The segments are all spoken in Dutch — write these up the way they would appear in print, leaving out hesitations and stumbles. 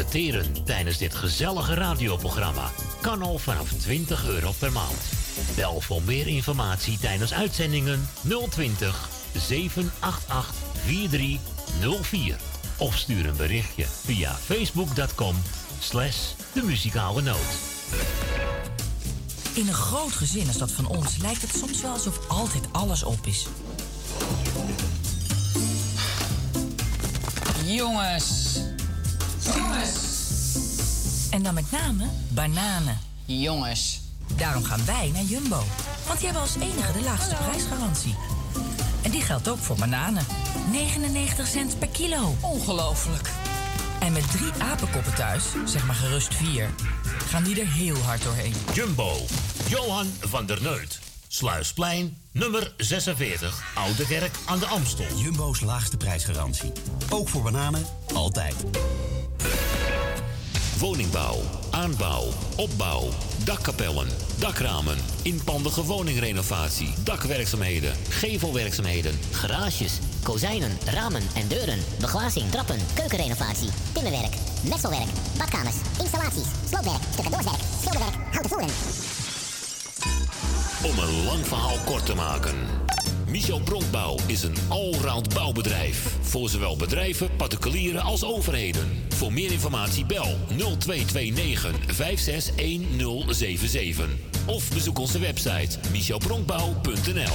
Adverteren tijdens dit gezellige radioprogramma kan al vanaf €20 per maand. Bel voor meer informatie tijdens uitzendingen 020 788 4304. Of stuur een berichtje via facebook.com/de muzikale noot. In een groot gezin als dat van ons lijkt het soms wel alsof altijd alles op is. Jongens. En dan met name bananen. Jongens. Daarom gaan wij naar Jumbo. Want die hebben als enige de laagste prijsgarantie. En die geldt ook voor bananen. 99 cent per kilo. Ongelooflijk. En met 3 apenkoppen thuis, zeg maar gerust 4, gaan die er heel hard doorheen. Jumbo, Johan van der Neut. Sluisplein, nummer 46, Oude Kerk aan de Amstel. Jumbo's laagste prijsgarantie. Ook voor bananen, altijd. Woningbouw, aanbouw, opbouw, dakkapellen, dakramen, inpandige woningrenovatie, dakwerkzaamheden, gevelwerkzaamheden, garages, kozijnen, ramen en deuren, beglazing, trappen, keukenrenovatie, timmerwerk, messelwerk, badkamers, installaties, sloopwerk, stucadoorswerk, schilderwerk, houten voeren. Om een lang verhaal kort te maken. Michel Bronkbouw is een allround bouwbedrijf. Voor zowel bedrijven, particulieren als overheden. Voor meer informatie bel 0229 561077. Of bezoek onze website michelbronkbouw.nl.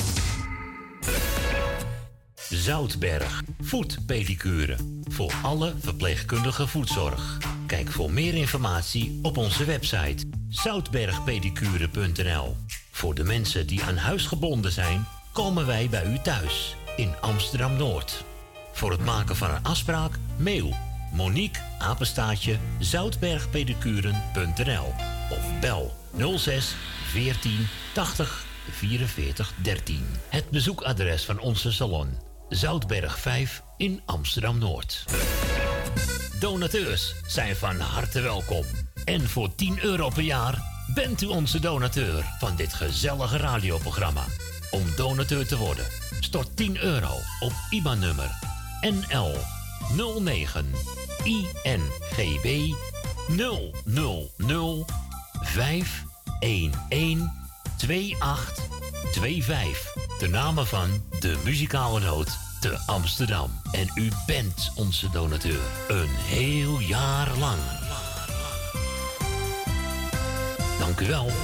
Zoutberg, voetpedicure. Voor alle verpleegkundige voetzorg. Kijk voor meer informatie op onze website zoutbergpedicure.nl. Voor de mensen die aan huis gebonden zijn, komen wij bij u thuis in Amsterdam-Noord. Voor het maken van een afspraak, mail Monique @zoutbergpedicuren.nl of bel 06 14 80 44 13. Het bezoekadres van onze salon: Zoutberg 5 in Amsterdam-Noord. Donateurs zijn van harte welkom. En voor €10 per jaar bent u onze donateur van dit gezellige radioprogramma. Om donateur te worden, stort €10 op IBAN-nummer NL 09 INGB 000 511 2825. De namen van de muzikale noot te Amsterdam. En u bent onze donateur een heel jaar lang. Dank u wel.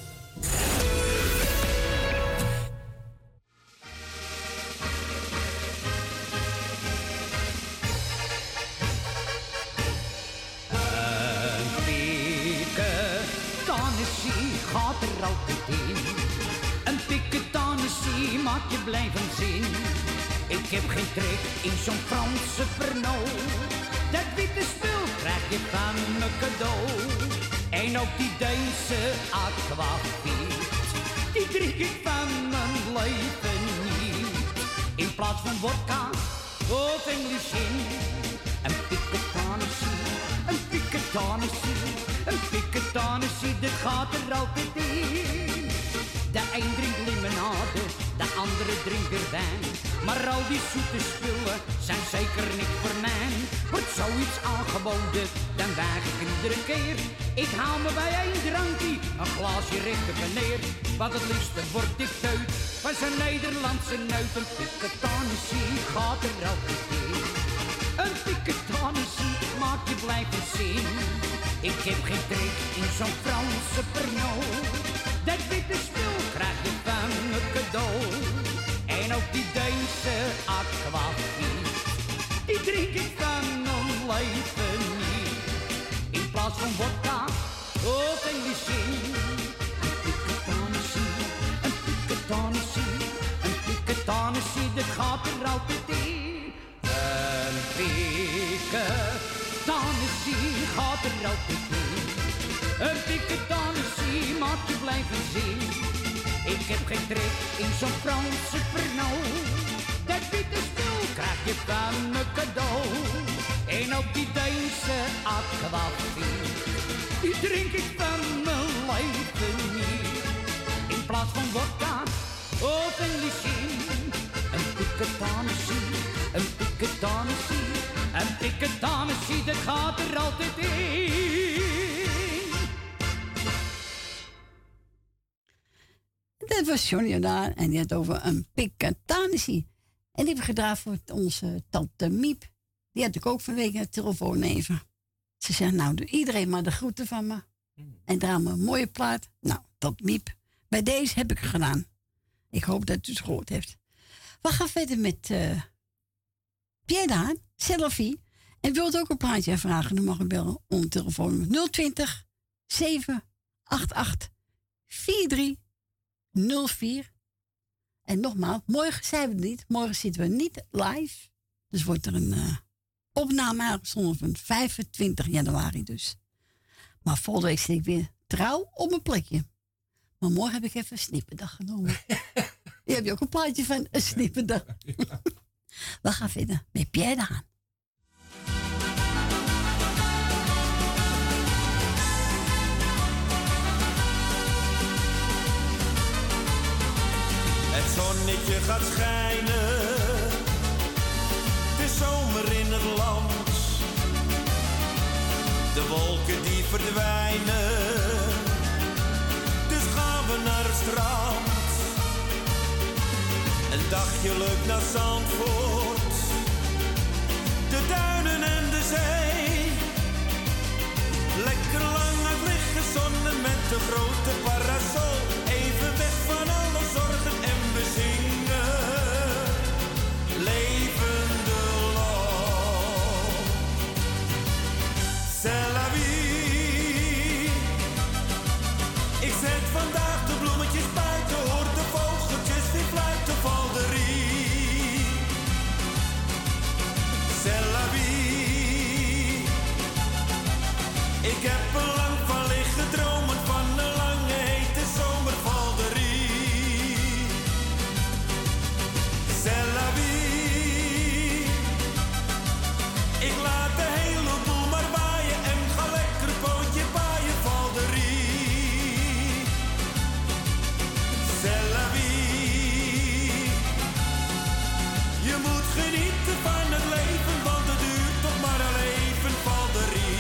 Gaat er altijd in. Een piketanessie maakt je blijven zin. Ik heb geen trek in zo'n Franse Pernod. Dat witte spul krijg je van me cadeau. En ook die Deense aquavit, die drink ik van mijn leven niet. In plaats van vodka of English gin. Een piketanessie, een piketanessie. Een piketanessie, dit gaat er altijd in. De een drinkt limonade, de andere drinkt er wijn. Maar al die zoete spullen zijn zeker niet voor mij. Wordt zoiets aangeboden, dan weig ik iedere keer. Ik haal me bij één drankje, een glaasje recht op en neer. Want het liefste word ik teut van zo'n Nederlandse neut. Een piketanessie gaat er altijd in. Een piketanessie maakt je blijven zin. Ik heb geen trek in zo'n Franse Pernod. Dat witte spul krijg je van me cadeau. En ook die Deense aquavit, die drink ik van mijn leven niet. In plaats van vodka of English gin. Een piketanessie, een piketanessie, een piketanessie, dat gaat er altijd in. Een piketanessie gaat er altijd in. Een piketanessie maakt je blijven zin. Ik heb geen trek in zo'n Franse Pernod. Dat witte spul krijg je van me cadeau. En ook die Deense aquavit, die drink ik van mijn leven niet. In plaats van vodka of English gin. Een piketanessie, een piketanessie, Een piketanessie, dat gaat er altijd in. Dat was Johnny Jordaan en die had over een piketanessie. En die heb ik gedraaid voor onze tante Miep. Die had ik ook vanwege het telefoon even. Ze zegt, nou doe iedereen maar de groeten van me. En draai me een mooie plaat. Nou, tot Miep. Bij deze heb ik het gedaan. Ik hoop dat u het gehoord heeft. We gaan verder met Pierre Daan, Selfie. En wilt ook een plaatje vragen, dan mag u bellen onder telefoon 020 788 4304. En nogmaals, morgen zijn we er niet. Morgen zitten we niet live. Dus wordt er een opname aangezonden van 25 januari dus. Maar volgende week zit ik weer trouw op mijn plekje. Maar morgen heb ik even een snipperdag genomen. Die heb je ook een plaatje van een snipperdag. We gaan verder met Pierre Daan. Het zonnetje gaat schijnen, de zomer in het land. De wolken die verdwijnen, dus gaan we naar het strand. Een dagje leuk naar Zandvoort, de duinen en de zee. Lekker lang uit liggen zonnen met de grote parasol. Even weg van alle zorgen en we zingen levende lol. C'est la vie. Ik zet vandaag de bloemetjes buiten, hoor de vogeltjes die fluiten, valderie. C'est la vie. Ik heb er lang van liggen dromen van een lange hete zomervalderie. C'est la vie. Ik laat de hele boel maar waaien en ga lekker pootje paaien, valderie. C'est la vie. Je moet genieten van het leven, want het duurt toch maar een leven, valderie.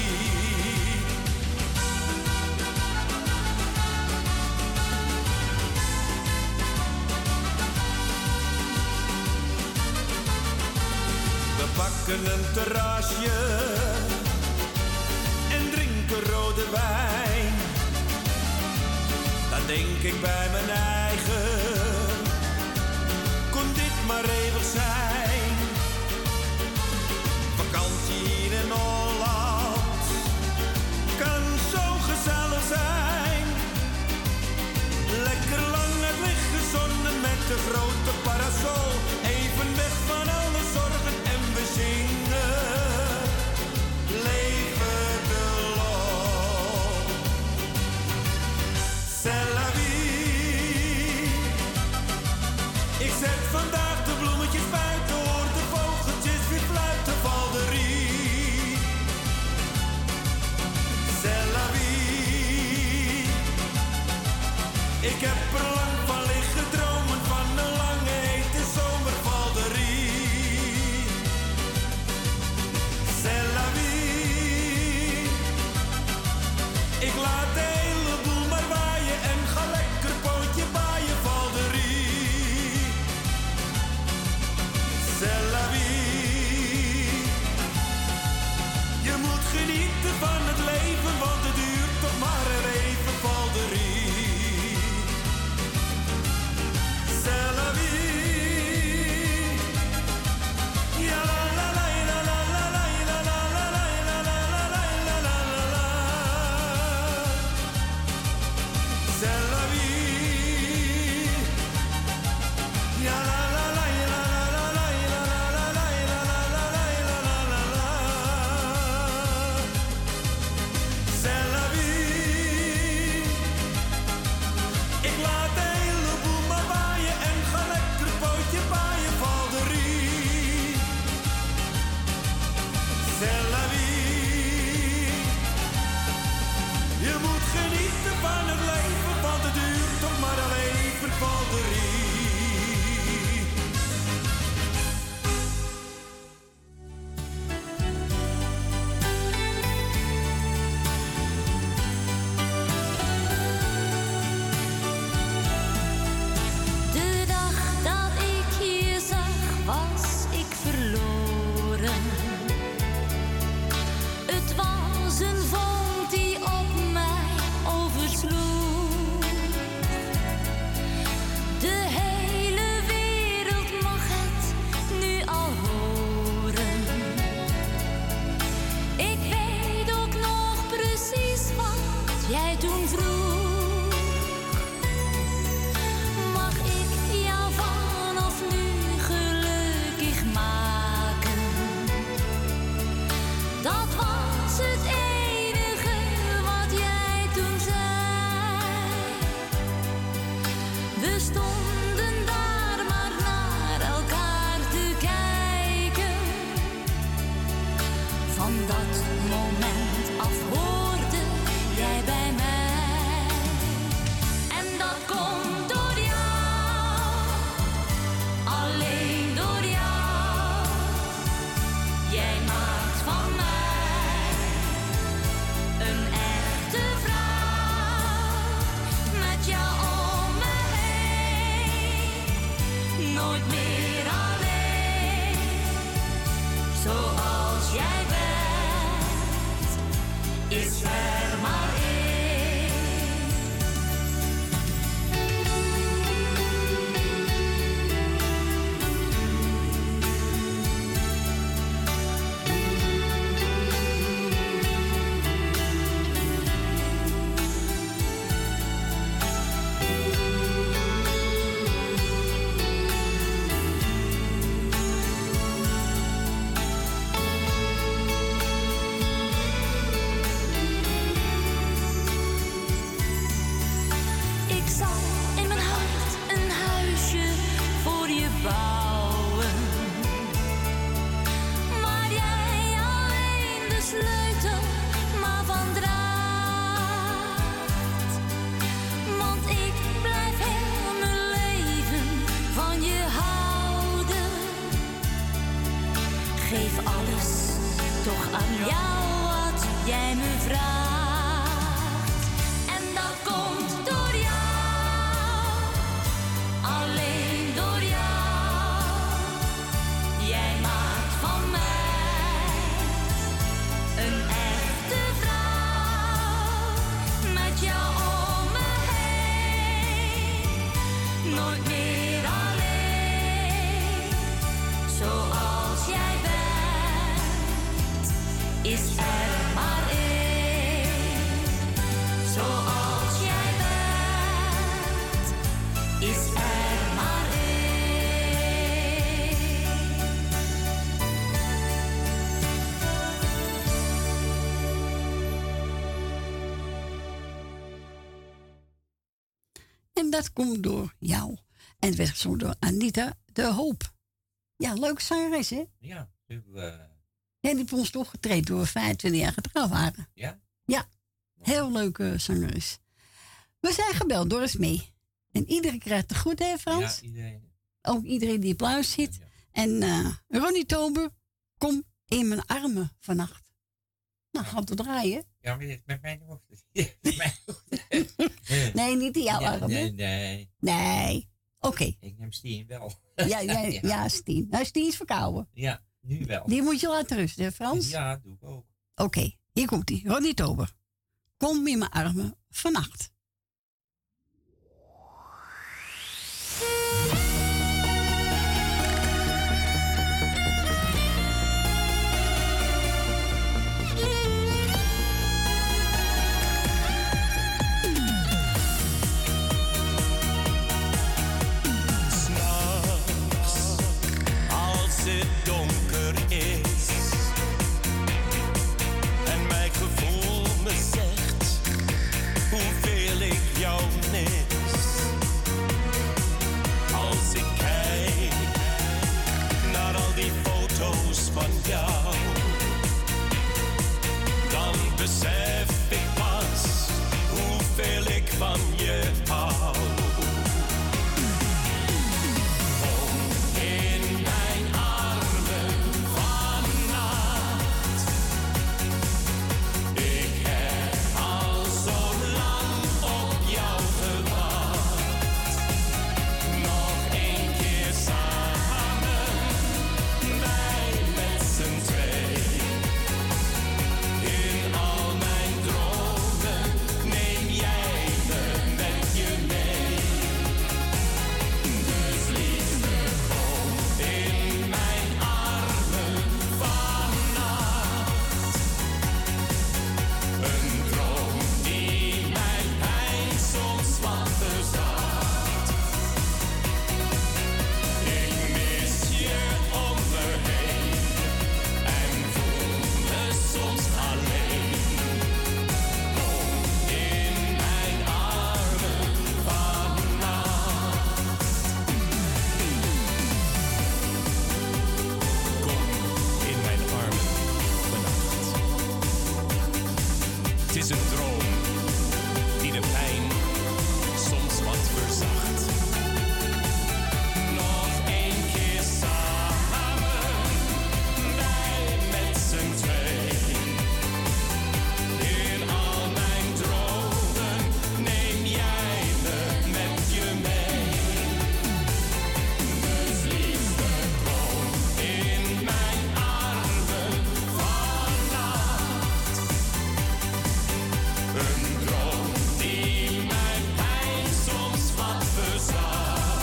We pakken een terrasje en drinken rode wijn. Dan denk ik bij mijn eigen, kon dit maar eeuwig zijn. Vakantie hier in Holland kan zo gezellig zijn. Lekker lang het licht gezonnen met de grote parasol. Even weg van alle zorgen en we zingen levende lol. C'est la vie. Ik zet vandaag de bloemetjes buiten. jij toen vroeg. Mag ik jou vanaf nu gelukkig maken? Dat was het enige wat jij toen zei. We stonden daar maar naar elkaar te kijken. Van dat moment af hoorde jij bij mij. En dat komt door jou, alleen door jou. Jij maakt van mij een echte vrouw. Met jou om me heen, nooit meer alleen. Zoals jij bent, is er maar één. Ik zal in mijn hart een huisje voor je bouwen, waar jij alleen de sleutel maar van draagt. Want ik blijf heel mijn leven van je houden. Geef alles toch aan jou wat jij me vraagt. En dat komt door jou, alleen door jou. Jij maakt van mij een echte vrouw. Met jou om me heen, nooit meer alleen. Zoals jij bent, is er maar één. Zoals jij bent, is er maar één. En dat komt door jou. En het werd gezongen door Anita de Hoop. Ja, leuk zangeres, hè? Ja, Ja, die heeft ons toch getraind toen we 25 jaar getrouwd waren. ja. Ja, heel leuke zangeres. We zijn gebeld door Esmee. En iedereen krijgt de groet, hè Frans? Ja, iedereen. Ook iedereen die op luistert zit. Ja. En Ronnie Tober, kom in mijn armen vannacht. Nou, gaat het draaien. Ja, maar met mijn hoofd. Nee, niet in jouw armen. Nee. Nee. Oké. Ik neem Stien wel. Ja, Stien. Nou, Stien is verkouden. Ja, nu wel. Die moet je laten rusten, hè Frans? Ja, doe ik ook. Oké, hier komt ie. Ronnie Tober. Kom in mijn armen vannacht. Als het donker is en mijn gevoel me zegt hoeveel ik jou mis. Als ik kijk naar al die foto's van jou, dan besef ik pas hoeveel ik van je hou. All my is een droom die de pijn soms wat verzacht. Nog één keer samen, wij met z'n twee. In al mijn dromen neem jij me met je mee. Dus liefste, kom in mijn armen vannacht. Een droom die mijn pijn soms wat verzacht.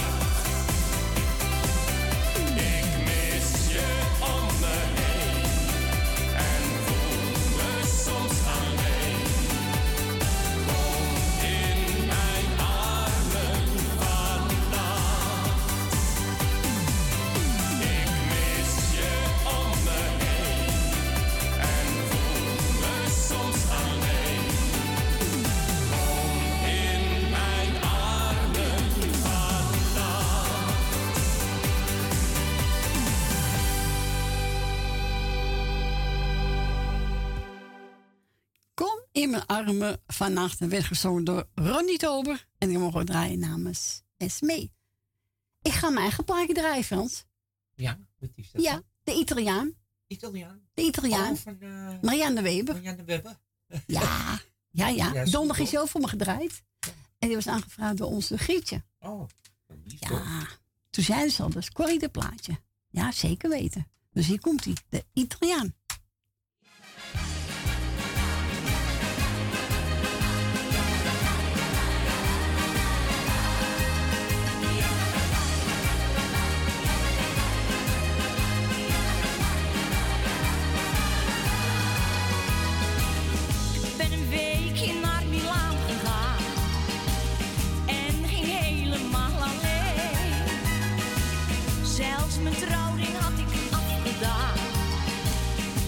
Ik mis je om me heen en voel me soms alleen. Kom in mijn armen vannacht. Ik mis je om me heen en voel me soms alleen. Kom in mijn armen vannacht. Kom in mijn armen vannacht. En werd gezongen door Ronnie Tober. En ik mag ook draaien namens Esmee. Ik ga mijn eigen plaatje draaien, Frans. Ja, wat is dat? Ja, de Italiaan. Italiaan? De Italiaan. Oh, van Marianne Weber. Marianne Weber. Ja. Ja, Donderdag goed, is hij ook voor me gedraaid. En die was aangevraagd door onze Grietje. Oh, lief toch? Ja. Toen zeiden ze al, dat is Corrie de plaatje. Ja, zeker weten. Dus hier komt hij, de Italiaan. Ik ben een weekje naar Milaan gegaan en ging helemaal alleen. Zelfs mijn trouwring had ik afgedaan.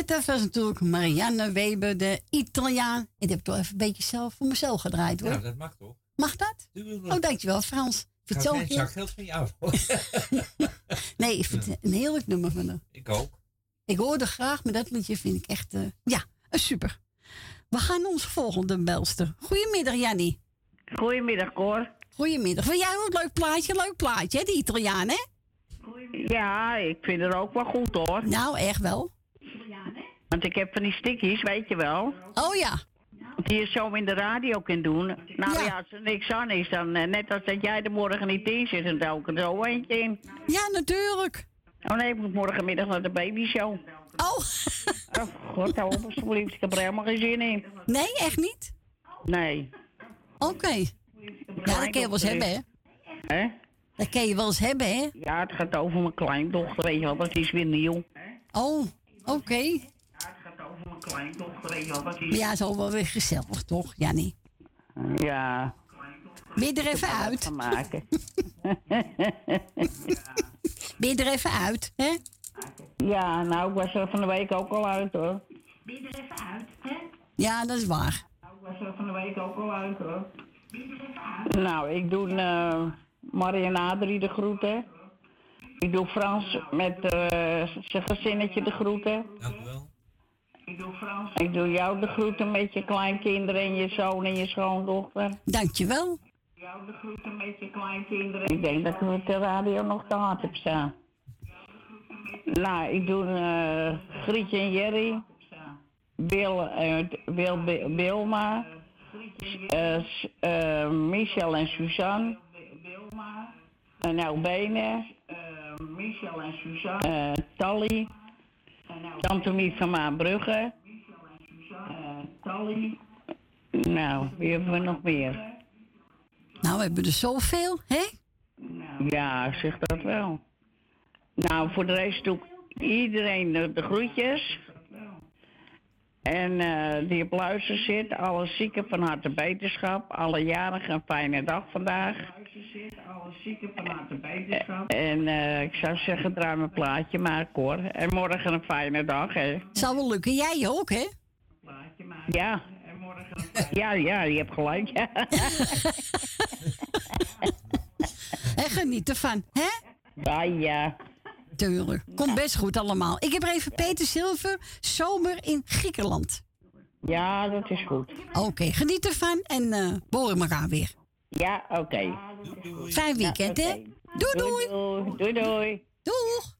En dat was natuurlijk Marianne Weber, de Italiaan. En die heb ik toch even een beetje zelf voor mezelf gedraaid, hoor. Ja, dat mag toch? Mag dat? Oh, dankjewel, Frans. Ik vind het Geen zo zakgeld van jou. Nee, ik vind het een heerlijk nummer van haar. Ik ook. Ik hoorde graag, maar dat liedje vind ik echt, een super. We gaan naar onze volgende belster. Goedemiddag, Jannie. Goedemiddag, Cor. Goedemiddag. Vind jij ook een leuk plaatje, hè, die Italiaan, hè? Ja, ik vind het ook wel goed, hoor. Nou, echt wel. Want ik heb van die stickies, weet je wel. Oh ja. Die je zo in de radio kunt doen. Nou ja, als er niks aan is, dan net als dat jij er morgen niet in zit, en ook er zo eentje in. Ja, natuurlijk. Oh nee, ik moet morgenmiddag naar de babyshow. Oh. Oh, god, hou op alsjeblieft. Ik heb er helemaal geen zin in. Nee, echt niet? Nee. Oké. Ja, dat kun je wel eens hebben, hè? Hè? Dat kun je wel eens hebben, hè? Ja, het gaat over mijn kleindochter, weet je wel. Dat is weer nieuw. Oh, oké. Ja, het gaat over mijn kleindochter, weet je wel. Dat is... Ja, is al wel weer gezellig, toch, Jannie? Ja. Ben je er even uit? Van maken. Ben je er even uit, hè? Ja, nou, ik was er van de week ook al uit, hoor. Ben je er even uit, hè? Ja, dat is waar. Nou, ik was er van de week ook al uit, hoor. Ben je er even uit? Nou, ik doe Marie en Adrie de groeten. Ik doe Frans met zijn gezinnetje de groeten. Dank u wel. Ik doe jou de groeten met je kleinkinderen en je zoon en je schoondochter. Dankjewel. Jou de groeten met je kleinkinderen. Ik denk dat ik met de radio nog te hard heb staan. Nou, ik doe Grietje en Jerry. Wilma. Michel en Suzanne. En nou Benen. Michel en Suzanne. Tally. Tante Miet van Maanbrugge. Tally. Nou, wie hebben we nog meer? Nou, we hebben er zoveel, hè? Ja, zeg dat wel. Nou, voor de rest doe ik iedereen de groetjes. En die op luister zit, alle zieken van harte beterschap. Alle jarigen een fijne dag vandaag. En ik zou zeggen, draai mijn plaatje maar, Cor. En morgen een fijne dag, hè. Zal wel lukken. Jij ook, hè? Ja. Ja, je hebt gelijk, ja. En geniet ervan, hè? Ja. Tuurlijk. Komt best goed allemaal. Ik heb er even Peter Zilver, Zomer in Griekenland. Ja, dat is goed. Oké, geniet ervan en we horen elkaar weer. Ja, oké. Fijn weekend, hè? Doei. Doei. Doeg.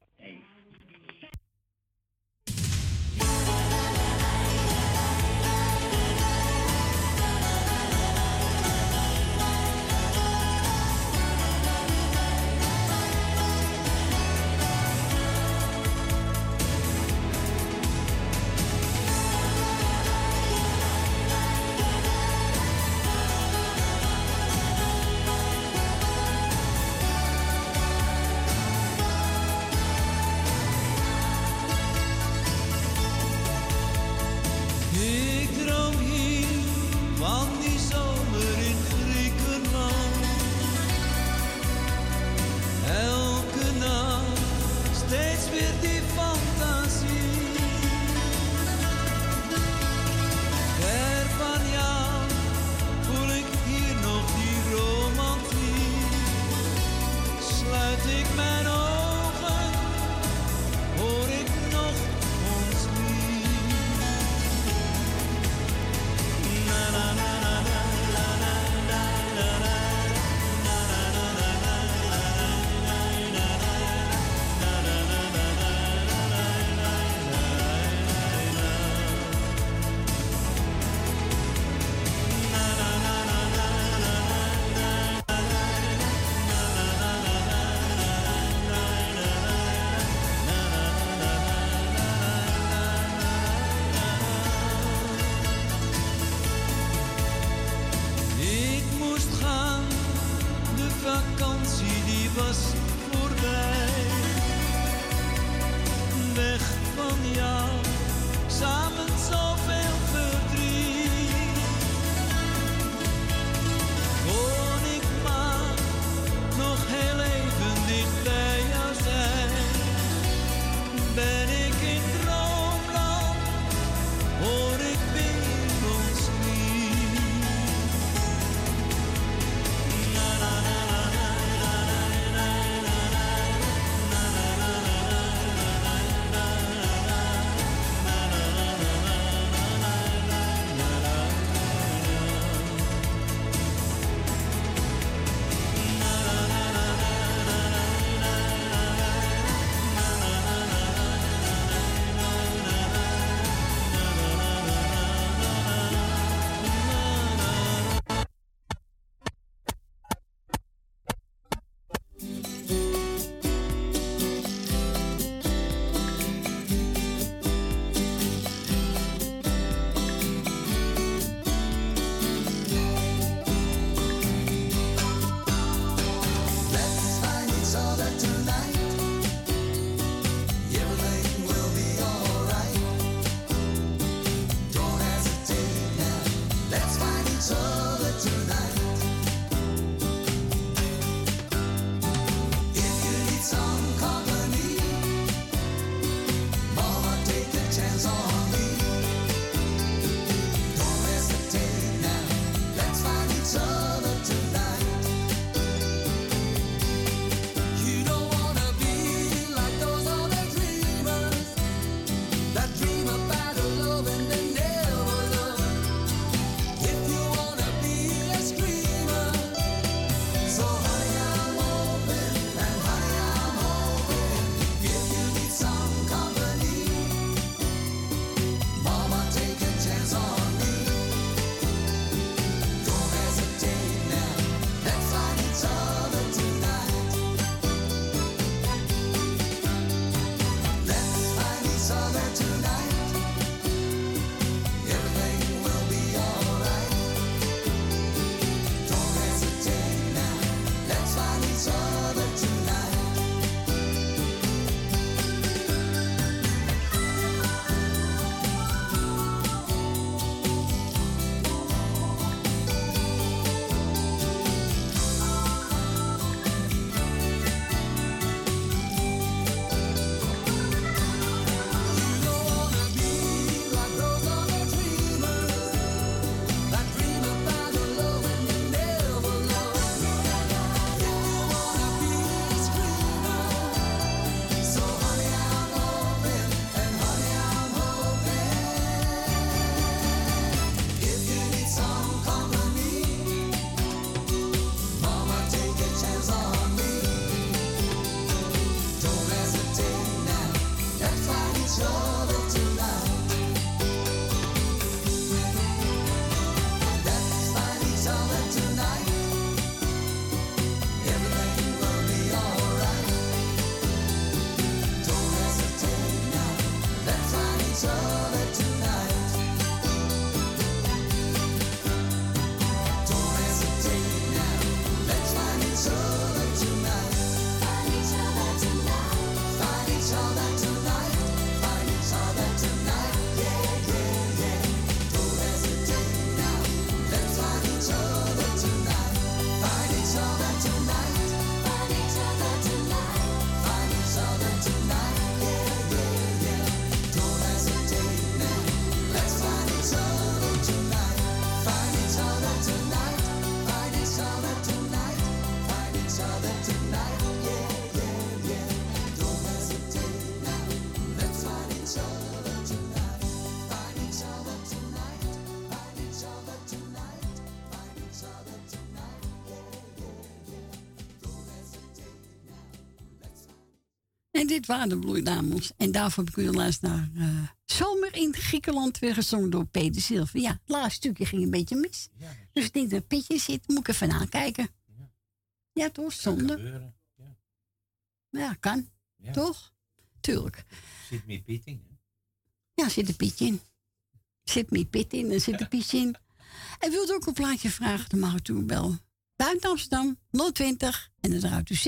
En dit waren de Bloeidamels. En daarvoor heb ik u luisteren naar Zomer in Griekenland, weer gezongen door Peter Silver. Ja, het laatste stukje ging een beetje mis. Ja, dus ik denk dat Pietje zit, moet ik even nakijken. Ja, toch? Zonde. Ja, kan. Ja. Toch? Tuurlijk. Zit meer Piet in, hè? Ja, zit een Pietje in. Zit meer Piet in en zit een Pietje in. En wilt u ook een plaatje vragen, dan mag u toe bellen. Buiten Amsterdam, 020. En dan eruit u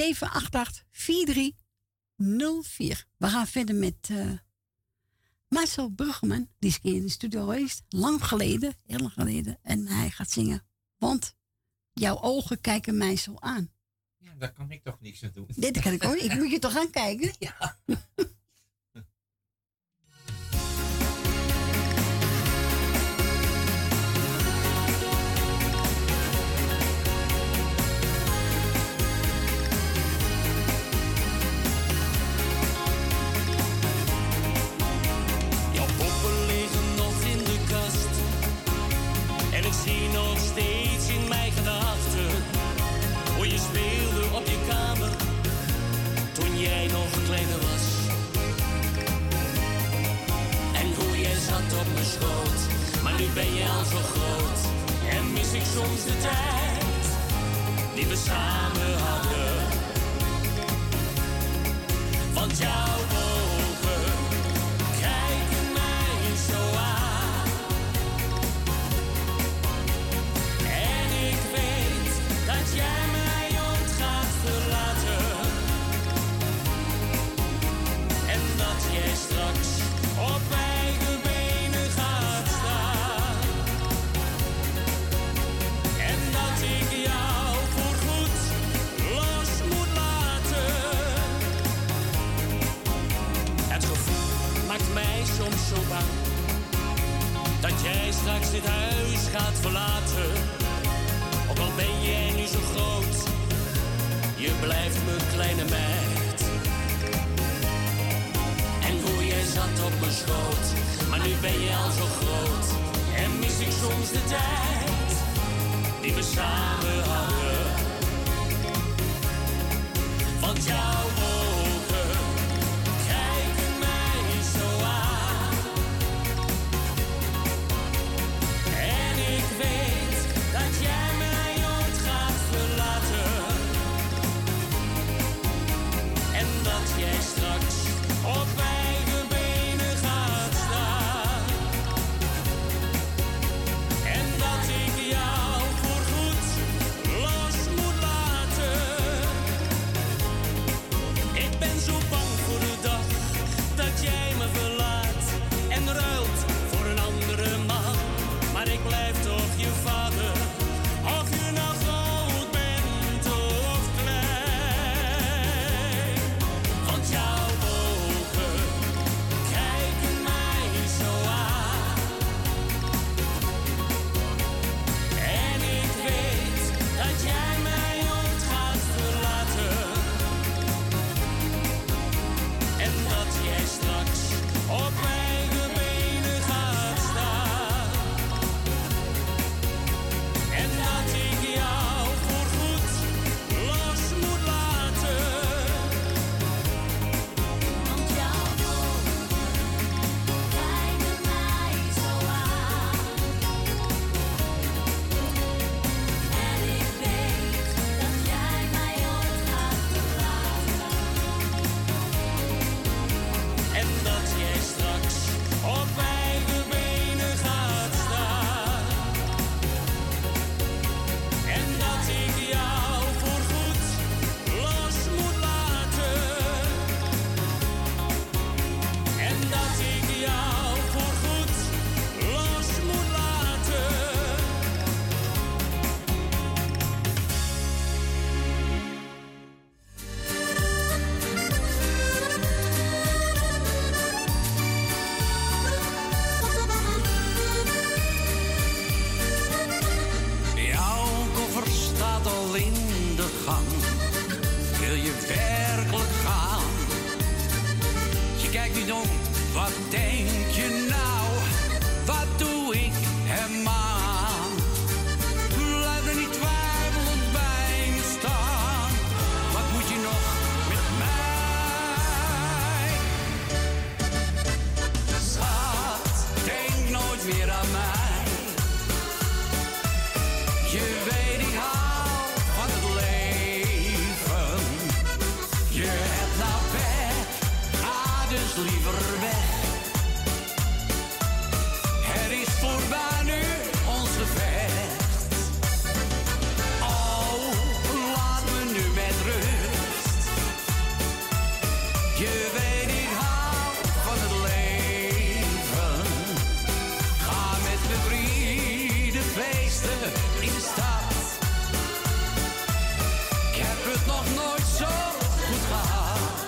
788-4304. We gaan verder met Marcel Bruggeman. Die is een keer in de studio geweest. Lang geleden, heel lang geleden. En hij gaat zingen. Want jouw ogen kijken mij zo aan. Ja, daar kan ik toch niks aan doen. Dit kan ik hoor. Ik moet je toch aan kijken? Ja. Ik zie nog steeds in mijn gedachten hoe je speelde op je kamer toen jij nog kleiner was. En hoe jij zat op mijn schoot, maar nu ben je al zo groot. En mis ik soms de tijd die we samen hadden. Want jouw ogen kijken mij zo aan. Dat jij mij ooit gaat verlaten. En dat jij straks op eigen benen gaat staan. En dat ik jou voorgoed los moet laten. Het gevoel maakt mij soms zo bang. Dat jij straks dit huis gaat verlaten. Ook al ben jij nu zo groot, je blijft mijn kleine meid. En hoe jij zat op mijn schoot, maar nu ben je al zo groot. En mis ik soms de tijd die we samen hadden. Want jouw ogen kijken mij zo aan. En ik weet dat jij mij ooit gaat verlaten. En dat jij straks op eigen benen gaat staan. En dat ik jou voorgoed los moet laten. Ik ben zo bang voor de dag dat jij me verlaat en ruilt voor een andere man. Maar ik blijf toch je vader, of je nou groot bent of klein. Want jouw ogen kijken mij zo aan. En ik weet dat jij mij ooit gaat verlaten. En dat jij straks op eigen benen gaat staan. En dat ik jou voorgoed los moet laten. Want jouw ogen kijken mij zo aan. En ik weet dat jij mij ooit gaat verlaten. En dat jij straks op eigen benen gaat staan. En dat ik jou voorgoed los moet laten. En dat ik jou voorgoed los moet laten. Jouw koffer staat al in de gang. Wil je werkelijk gaan? Je kijkt niet om, wat denk je nou? Wat doe ik hem aan? Blijf er niet twijfelend bij me staan. Wat moet je nog met mij? dus liever weg. Het is voorbij nu, ons gevecht. Oh, laat me nu met rust. Je weet, ik hou van het leven. Ga met me vrienden feesten in de stad. Ik heb het nog nooit zo goed gehad.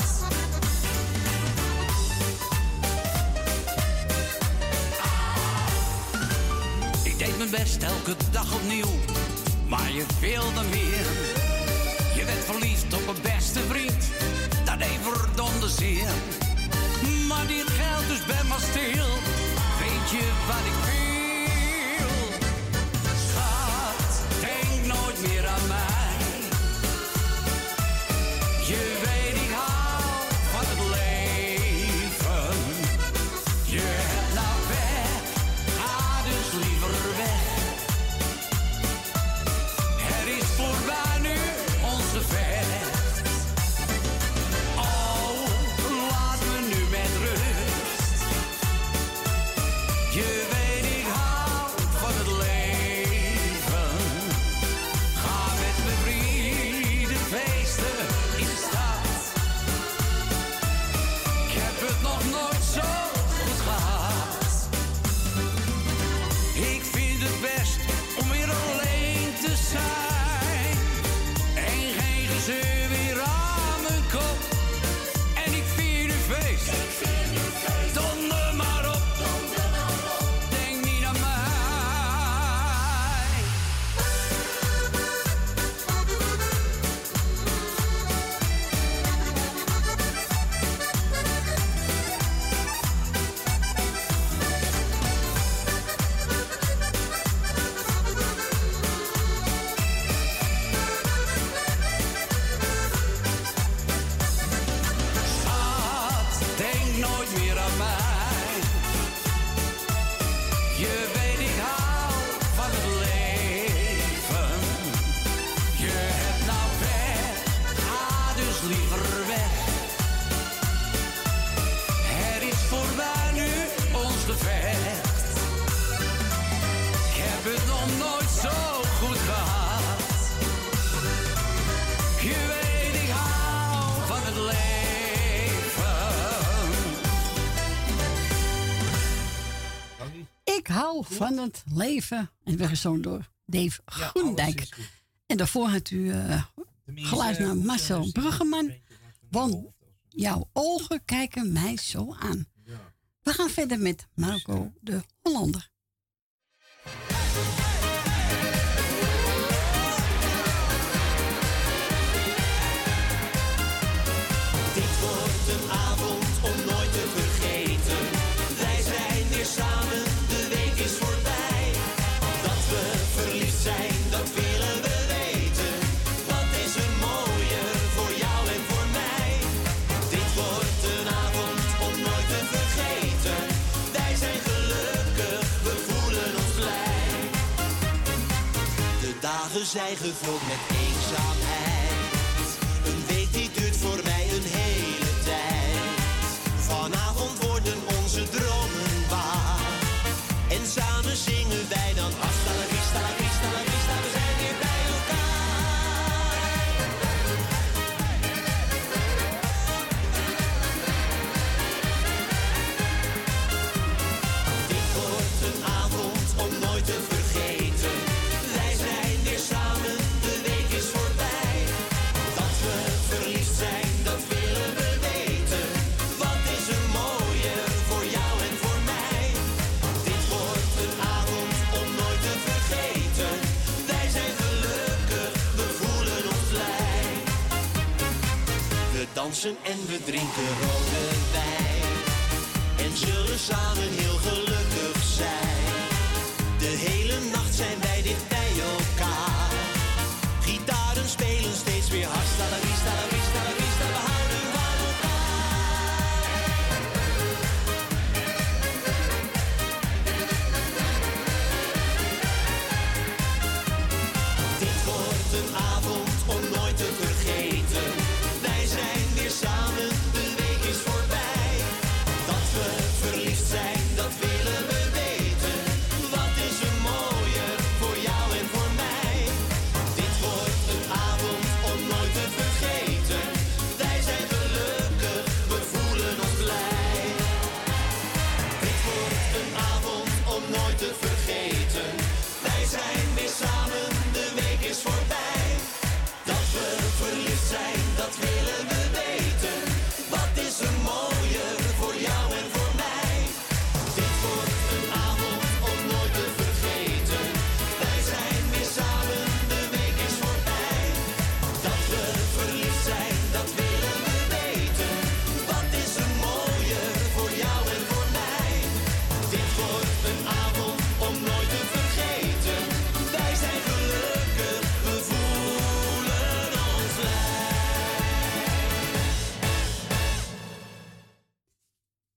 Ik deed mijn best elke dag opnieuw, maar je wilde meer. Je werd verliefd op mijn beste vriend, dat deed verdomde zeer. Maar dit geldt dus ben maar stil, weet je wat ik wil? Schat, denk nooit meer aan mij. Je weet ik hou van het leven. Je hebt nou weg, ga dus liever weg. Het is voorbij nu, ons gevecht. Oh, laat me nu met rust. Je weet ik hou van het leven. Ga met me vrienden feesten in de stad. Ik heb het nog nooit zo goed gehad. Ik vind het best om weer alleen te zijn. En geen gezeur weer aan mijn kop. En ik vier nu feest. Donder maar op. Denk niet aan mij. Schat, denk nooit meer aan mij. Je weet ik hou van het leven. Je hebt nou weg, ga dus liever weg. Het is voorbij nu, ons gevecht. Ik heb het nog nooit zo goed gehad. Je weet ik hou van het leven. Ik hou van het leven. En we gezongen door Dave Groendijk. En daarvoor had u geluisterd naar Marcel Bruggeman. Want jouw ogen kijken mij zo aan. We gaan verder met Marco de Hollander. Dit wordt een avond om nooit te vergeten. Wij zijn weer samen, de week is voorbij. Dat we verliefd zijn, dat willen we weten. Wat is er mooier voor jou en voor mij? Dit wordt een avond om nooit te vergeten. Wij zijn gelukkig, we voelen ons blij. De dagen zijn gevuld met eenzaamheid. Een week die duurt voor mij een hele tijd. Vanavond worden onze dromen waar. En samen zingen wij dan hasta la vista, la vista, la vista. We zijn weer bij elkaar. Dit wordt een avond om nooit te vergeten. Wij zijn weer samen, de week is voorbij. Dat we verliefd zijn, dat willen we weten. Wat is er mooier voor jou en voor mij? Dit wordt een avond om nooit te vergeten. Wij zijn gelukkig, we voelen ons blij. We dansen en we drinken rode wijn. En zullen samen heel gelukkig zijn. De hele nacht zijn wij dicht bij elkaar. Gitaren spelen steeds weer hasta la vista, la vista, la vista. We houden van elkaar. Dit wordt een avond om nooit te vergeten. Wij zijn weer samen, de week is voorbij.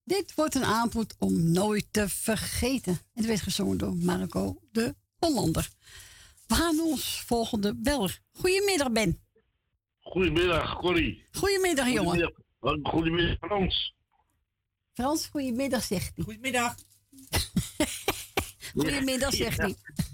Dit wordt een aanbod om nooit te vergeten. En het werd gezongen door Marco de Hollander. We gaan ons volgende beller. Goedemiddag, Ben. Goedemiddag, Corrie. Goedemiddag, jongen. Goedemiddag, Frans. Frans, goedemiddag, zegt hij. Goedemiddag. Goedemiddag, zegt hij.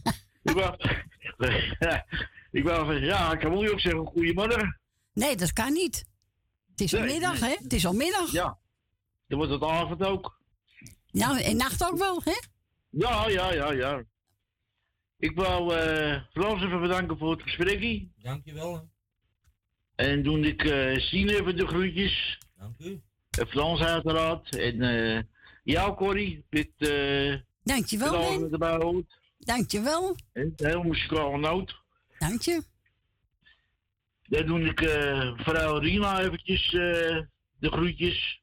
Ik kan moeilijk ook zeggen goedemorgen. Nee, dat kan niet. Het is al middag, hè? Het is al middag. Ja, dan wordt het avond ook. Ja, en nacht ook wel, hè? Ja. Ik wou Frans even bedanken voor het gesprekje. Dankjewel. En toen ik Sien even de groetjes. Dank u. Frans uiteraard. En jou, Corrie. Dankjewel, Ben. Erbij hoort. Dankjewel. En heel muzikale noot. Dank je. Dan doe ik vrouw Rina eventjes de groetjes.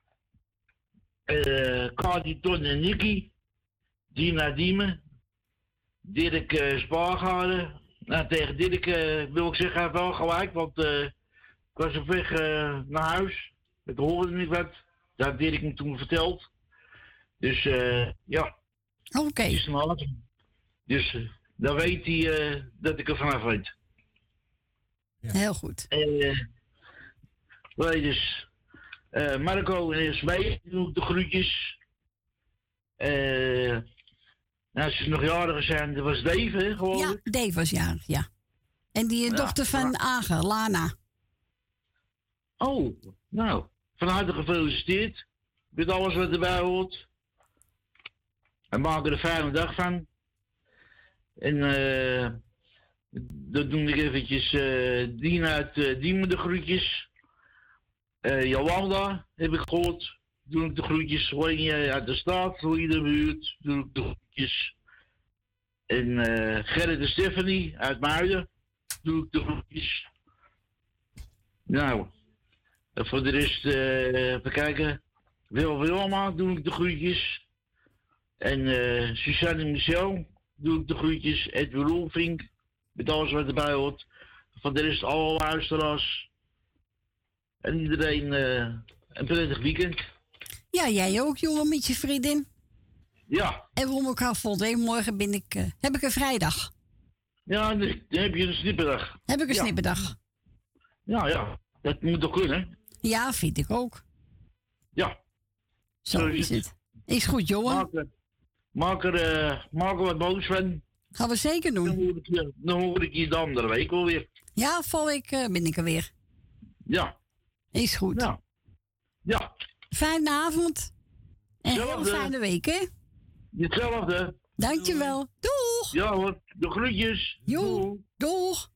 Kati, Ton en Nicky. Dina Diemen. Dirk Spaargaren. Nou, tegen Dirk wil ik zeggen, hij wel gelijk, want ik was op weg naar huis. Ik hoorde niet wat. Dat had Dirk me toen verteld. Dus ja. Oké. Dus dan weet hij dat ik er vanaf weet. Ja. Heel goed. Dus Marco en Smee doe ik de groetjes. Als ze nog jarigen zijn, dat was Dave, hè, gewoon. Ja, Dave was jarig, ja. En die dochter van Ager, Lana. Oh, nou, van harte gefeliciteerd. Met alles wat erbij hoort. En maak er een fijne dag van. En dan doe ik eventjes Dien uit Diemen de groetjes. Jolanda heb ik gehoord. Doe ik de groetjes. Hoor je uit de stad, hoor je de buurt. Doe ik de groetjes. En Gerrit en Stephanie uit Muiden. Doe ik de groetjes. Nou, voor de rest even kijken. Wilma doe ik de groetjes. En Suzanne en Michel doe ik de groetjes. Edwin Rolfink, met alles wat erbij hoort. Voor de rest alle luisteraars. En iedereen een prettig weekend. Ja, jij ook, jongen, met je vriendin. Ja. En we om elkaar volgen. Morgen heb ik een vrijdag. Ja, dan heb je een snipperdag. Heb ik een snipperdag. Ja, dat moet toch kunnen? Ja, vind ik ook. Ja. Zo is het. Is goed, jongen. Maak er wat boos van. Gaan we zeker doen. Dan hoor ik je de andere week alweer. Ja, volgende week ben ik er weer. Ja. Is goed. Ja. Fijne avond. En een hele fijne week, hè? Hetzelfde. Dankjewel. Doeg. Ja hoor, de groetjes. Jo, doeg.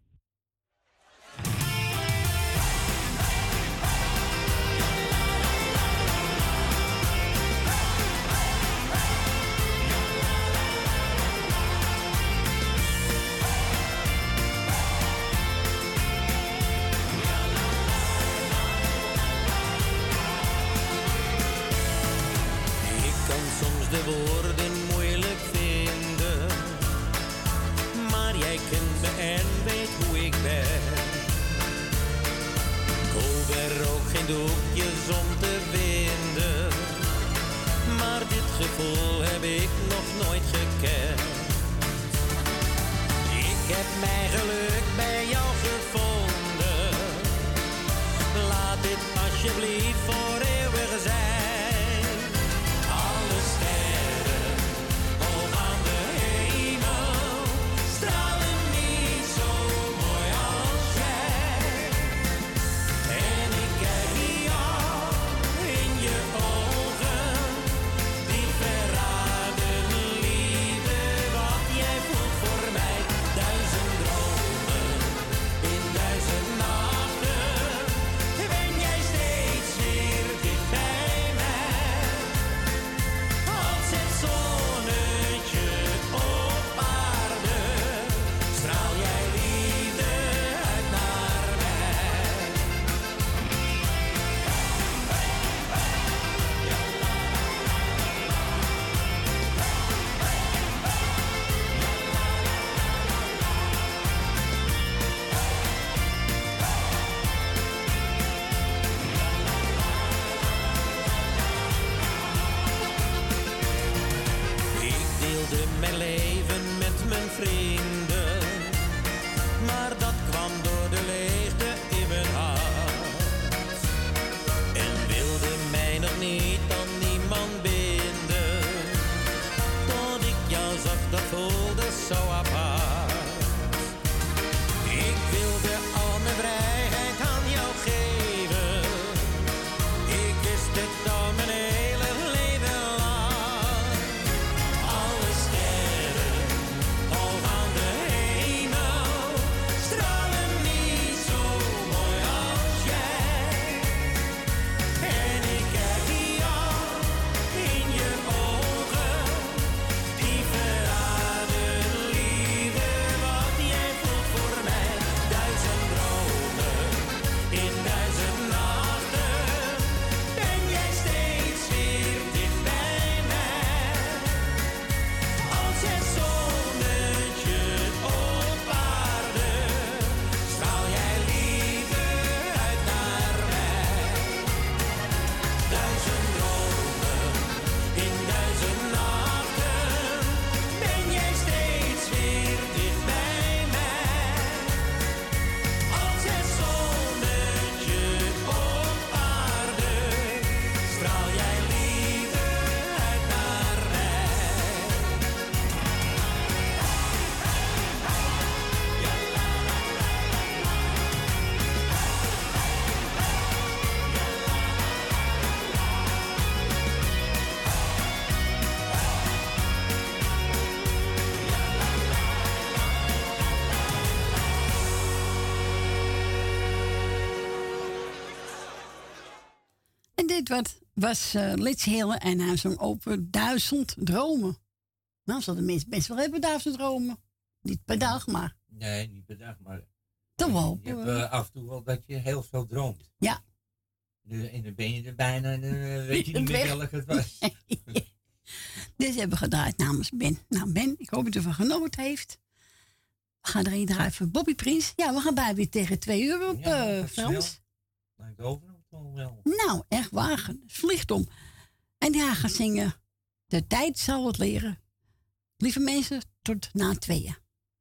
De woorden moeilijk vinden, maar jij kent me en weet wat, was Litz Hille en hij zong over 1000 dromen. Nou, zouden mensen best wel hebben 1000 dromen. Niet per dag, maar... Nee, niet per dag, maar... Toch wel. Je hebt af en toe wel dat je heel veel droomt. Ja. En dan ben je er bijna en dan weet je niet meer welke het was. Dit hebben we gedraaid namens Ben. Nou, Ben, ik hoop dat u ervan genoten heeft. We gaan er een draaien voor Bobby Prins. Ja, we gaan bij weer tegen 2 uur op, Frans. Lijkt overal toch wel. Nou, echt waar. Het vliegt om. En ja, gaat zingen. De tijd zal het leren. Lieve mensen, tot na 2.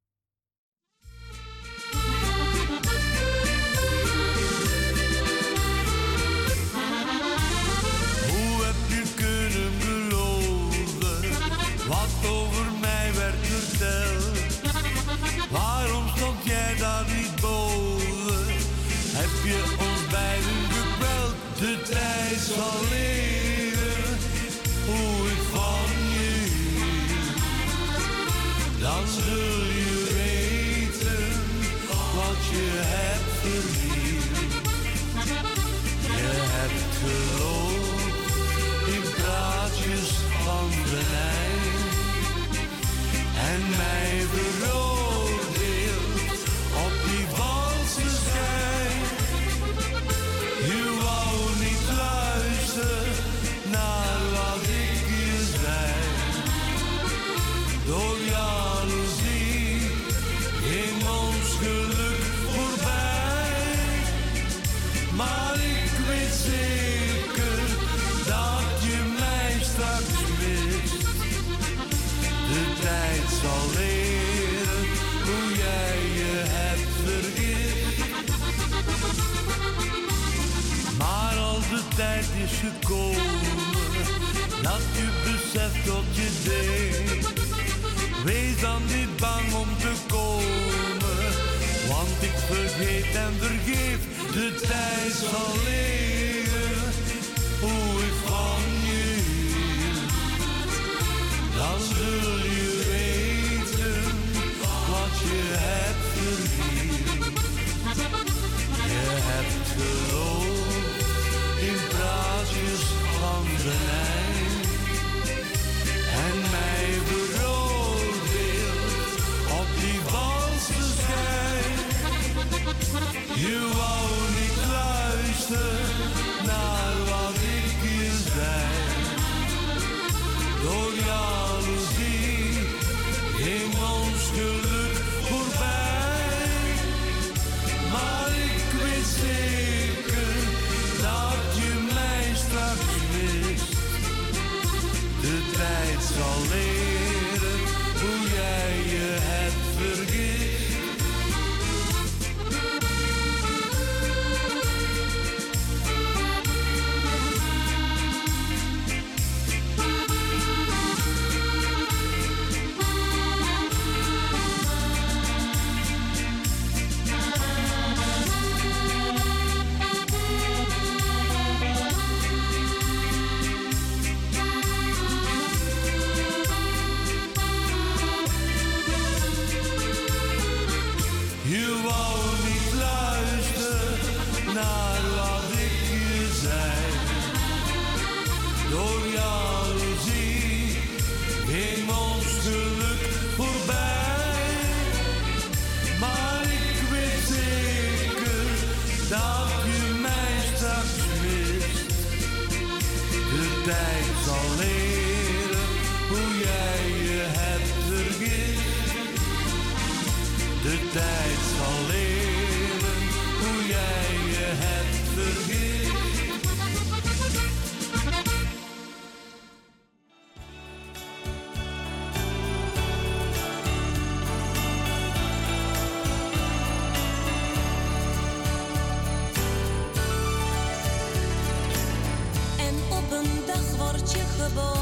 Wat over mij werd verteld. Waarom stond jij daar niet boven? Heb je ons beiden gekweld? De tijd zal leren hoe ik van je hield. Dan zul je weten wat je hebt verdiend. Je hebt geloofd in praatjes van de lijn. En mij veroordeeld op die valse schijn. Je wou niet luisteren naar wat ik je zei. Door jaloezie ging ons geluk voorbij. Maar ik weet zeker dat je mij straks mist. De tijd zal leren hoe jij je hebt vergist. Maar als de tijd is gekomen, dat je beseft wat je deed. Wees dan niet bang om te komen, want ik vergeet en vergeef. De tijd zal leren hoe ik van je hield. Dan zul je weten wat je hebt verdiend. Je hebt geloofd in praatjes van de lijn. En mij veroordeeld op die valse schijn. Je wou niet luisteren naar wat ik je zei. Door jaloezie ging ons geluk voorbij. Maar ik weet zeker dat je mij straks mist. De tijd zal leren hoe jij je hebt vergist. Je wou niet luisteren naar wat ik je zei. Door jaloezie ging ons geluk voorbij. Maar ik weet zeker dat je mij straks mist. De tijd zal leren hoe jij je hebt vergist. De tijd zal leren hoe jij je hebt vergist. En op een dag word je geboren.